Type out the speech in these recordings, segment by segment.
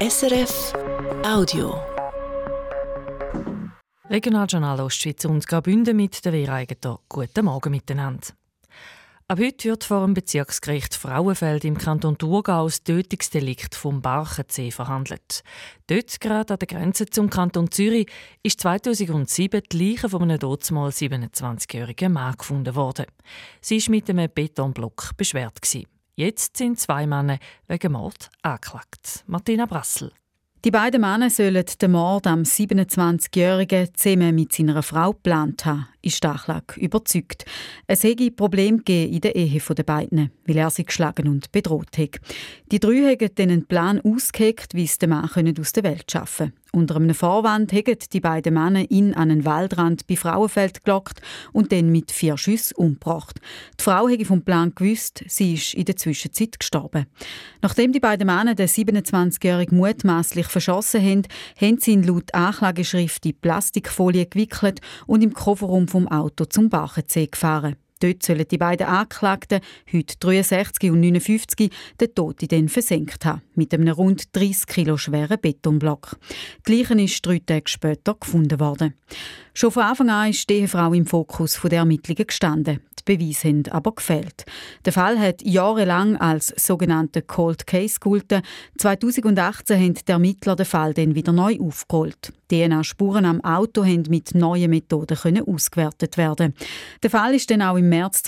SRF Audio. Regionaljournal Ostschweiz und Graubünden mit der Vera Eigentor. Guten Morgen miteinander. Ab heute wird vor dem Bezirksgericht Frauenfeld im Kanton Thurgau das Tötungsdelikt vom Barchensee verhandelt. Dort, gerade an der Grenze zum Kanton Zürich, ist 2007 die Leiche von einem damals 27-jährigen Mann gefunden worden. Sie war mit einem Betonblock beschwert. Jetzt sind 2 Männer wegen Mord angeklagt. Martina Brassel. Die beiden Männer sollen den Mord am 27-Jährigen zusammen mit seiner Frau geplant haben, ist die Anklage überzeugt. Es hätte Probleme gegeben in der Ehe der beiden, weil er sie geschlagen und bedroht hat. Die 3 haben dann einen Plan ausgeheckt, wie sie den Mann aus der Welt schaffen können. Unter einem Vorwand haben die beiden Männer ihn an einen Waldrand bei Frauenfeld gelockt und dann mit 4 Schüssen umgebracht. Die Frau hätte vom Plan gewusst, sie ist in der Zwischenzeit gestorben. Nachdem die beiden Männer den 27-Jährigen mutmaßlich verschossen haben, haben sie ihn laut Anklageschrift in Plastikfolie gewickelt und im Kofferraum vom Auto zum Barchensee gefahren. Dort sollen die beiden Angeklagten, heute 63 und 59, den Toten dann versenkt haben, mit einem rund 30 Kilo schweren Betonblock. Die Leiche ist 3 Tage später gefunden worden. Schon von Anfang an ist die Ehefrau im Fokus der Ermittlungen gestanden. Die Beweise haben aber gefehlt. Der Fall hat jahrelang als sogenannter Cold Case gegolten. 2018 haben die Ermittler den Fall dann wieder neu aufgerollt. DNA-Spuren am Auto konnten mit neuen Methoden ausgewertet werden. Der Fall ist dann auch im März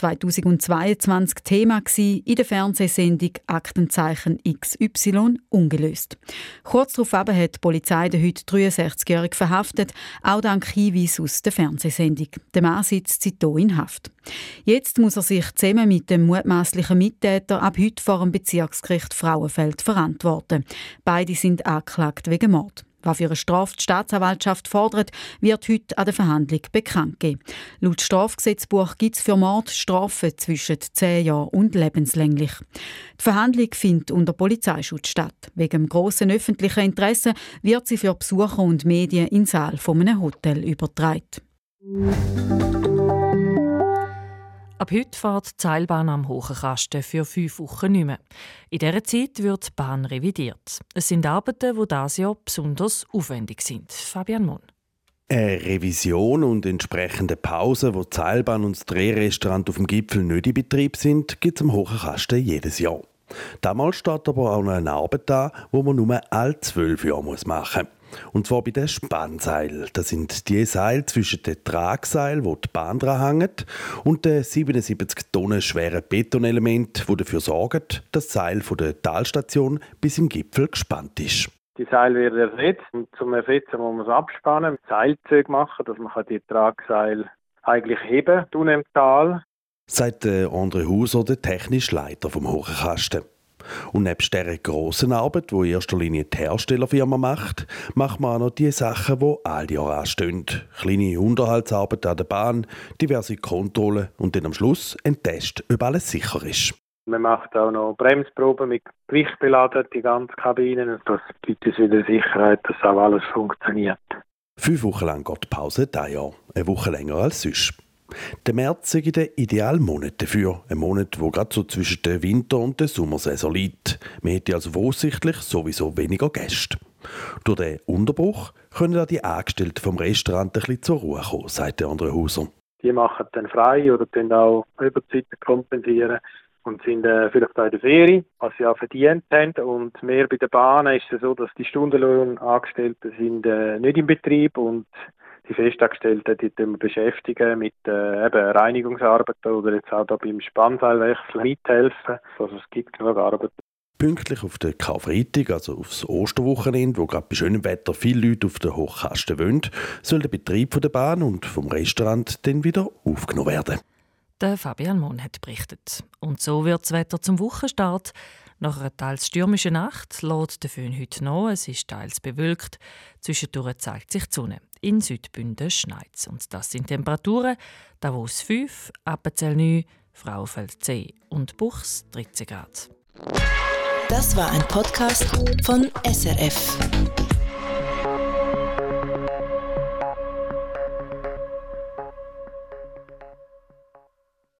2022 Thema in der Fernsehsendung Aktenzeichen XY ungelöst. Kurz darauf hat die Polizei den heute 63-Jährigen verhaftet, auch dank Hinweis aus der Fernsehsendung. Der Mann sitzt seitdem in Haft. Jetzt muss er sich zusammen mit dem mutmaßlichen Mittäter ab heute vor dem Bezirksgericht Frauenfeld verantworten. Beide sind angeklagt wegen Mord. Was für eine Strafe die Staatsanwaltschaft fordert, wird heute an der Verhandlung bekannt gegeben. Laut Strafgesetzbuch gibt es für Mord Strafen zwischen 10 Jahren und lebenslänglich. Die Verhandlung findet unter Polizeischutz statt. Wegen dem grossen öffentlichen Interesse wird sie für Besucher und Medien in den Saal von einem Hotel übertragen. Ab heute fährt die Seilbahn am Hochekasten für 5 Wochen nicht mehr. In dieser Zeit wird die Bahn revidiert. Es sind Arbeiten, die dieses Jahr besonders aufwendig sind. Fabian Mohn. Eine Revision und entsprechende Pause, wo die Seilbahn und das Drehrestaurant auf dem Gipfel nicht in Betrieb sind, gibt es am Hochekasten jedes Jahr. Damals steht aber auch noch eine Arbeit an, die man nur alle 12 Jahre machen muss. Und zwar bei den Spannseilen. Das sind die Seile zwischen den Tragseilen, wo die Bahn dran hängt, und den 77 Tonnen schweren Betonelement, die dafür sorgen, dass das Seil von der Talstation bis im Gipfel gespannt ist. Die Seile werden ersetzt und zum Ersetzen muss man es abspannen, Seilzüge machen, dass man die Tragseile eigentlich heben kann im Tal. Sagt André Huser, der technische Leiter vom Hochekasten. Und neben dieser grossen Arbeit, die in erster Linie die Herstellerfirma macht man auch noch die Sachen, die all Jahr anstehen. Kleine Unterhaltsarbeiten an der Bahn, diverse Kontrollen und dann am Schluss ein Test, ob alles sicher ist. Man macht auch noch Bremsproben mit Gewicht beladen, die ganze Kabine. Das gibt uns wieder Sicherheit, dass auch alles funktioniert. 5 Wochen lang geht die Pause dieses Jahr, eine Woche länger als sonst. Der März ist der ideale Monat dafür. Ein Monat, der gerade so zwischen der Winter- und der Sommersaison liegt. Man hätte also voraussichtlich sowieso weniger Gäste. Durch den Unterbruch können auch die Angestellten vom Restaurant ein bisschen zur Ruhe kommen, sagt André Huser. Die machen dann frei oder können auch Überzeiten kompensieren und sind vielleicht auch in der Ferie, was sie auch verdient haben. Und mehr bei der Bahn ist es so, dass die Stundenlohnangestellten sind nicht im Betrieb und die Festangestellten, die wir beschäftigen mit Reinigungsarbeiten oder jetzt auch da beim Spannseilwechsel mithelfen. Also es gibt genug Arbeit. Pünktlich auf den Karfreitag, also aufs Osterwochenende, wo gerade bei schönem Wetter viele Leute auf den Hochkasten wollen, soll der Betrieb von der Bahn und vom Restaurant dann wieder aufgenommen werden. Der Fabian Mohn hat berichtet. Und so wird das Wetter zum Wochenstart. Nach einer teils stürmischen Nacht lässt der Föhn heute noch. Es ist teils bewölkt. Zwischendurch zeigt sich die Sonne. In Südbünden schneit es. Und das sind Temperaturen: Davos 5, Appenzell 9, Frauenfeld 10 und Buchs 13 Grad. Das war ein Podcast von SRF.